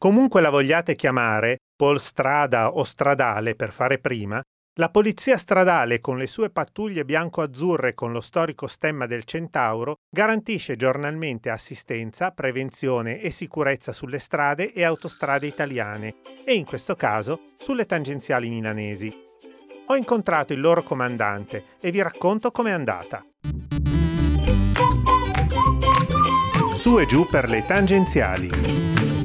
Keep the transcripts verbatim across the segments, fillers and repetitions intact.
Comunque la vogliate chiamare, polstrada o stradale per fare prima, la polizia stradale con le sue pattuglie bianco-azzurre con lo storico stemma del centauro garantisce giornalmente assistenza, prevenzione e sicurezza sulle strade e autostrade italiane e in questo caso sulle tangenziali milanesi. Ho incontrato il loro comandante e vi racconto com'è andata. Su e giù per le tangenziali.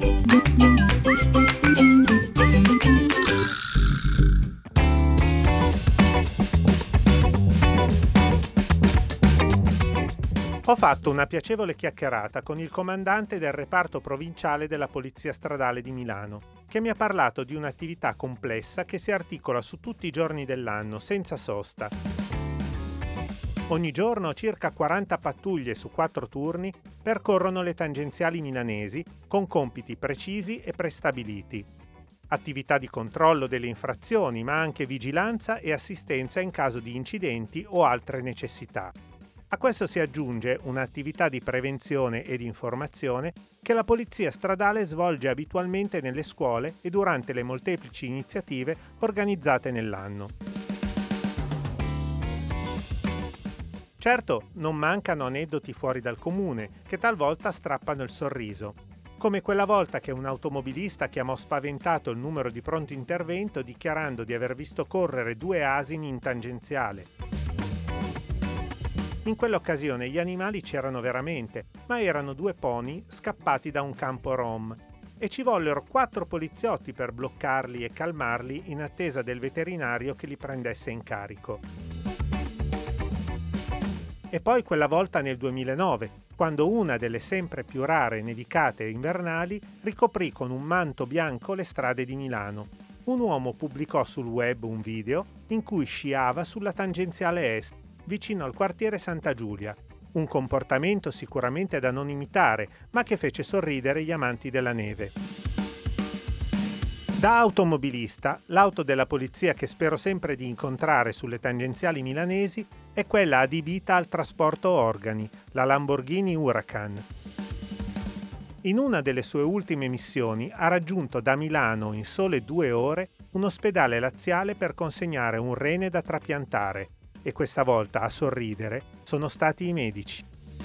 Ho fatto una piacevole chiacchierata con il comandante del reparto provinciale della Polizia Stradale di Milano, che mi ha parlato di un'attività complessa che si articola su tutti i giorni dell'anno, senza sosta. Ogni giorno circa quaranta pattuglie su quattro turni percorrono le tangenziali milanesi con compiti precisi e prestabiliti. Attività di controllo delle infrazioni, ma anche vigilanza e assistenza in caso di incidenti o altre necessità. A questo si aggiunge un'attività di prevenzione e di informazione che la Polizia Stradale svolge abitualmente nelle scuole e durante le molteplici iniziative organizzate nell'anno. Certo, non mancano aneddoti fuori dal comune, che talvolta strappano il sorriso. Come quella volta che un automobilista chiamò spaventato il numero di pronto intervento dichiarando di aver visto correre due asini in tangenziale. In quell'occasione gli animali c'erano veramente, ma erano due pony scappati da un campo rom e ci vollero quattro poliziotti per bloccarli e calmarli in attesa del veterinario che li prendesse in carico. E poi quella volta nel duemilanove, quando una delle sempre più rare nevicate invernali ricoprì con un manto bianco le strade di Milano. Un uomo pubblicò sul web un video in cui sciava sulla tangenziale est, vicino al quartiere Santa Giulia, un comportamento sicuramente da non imitare, ma che fece sorridere gli amanti della neve. Da automobilista, l'auto della polizia che spero sempre di incontrare sulle tangenziali milanesi è quella adibita al trasporto organi, la Lamborghini Huracan. In una delle sue ultime missioni ha raggiunto da Milano in sole due ore un ospedale laziale per consegnare un rene da trapiantare. E questa volta a sorridere sono stati i medici.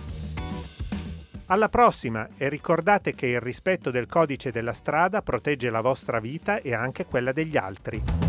Alla prossima e ricordate che il rispetto del codice della strada protegge la vostra vita e anche quella degli altri.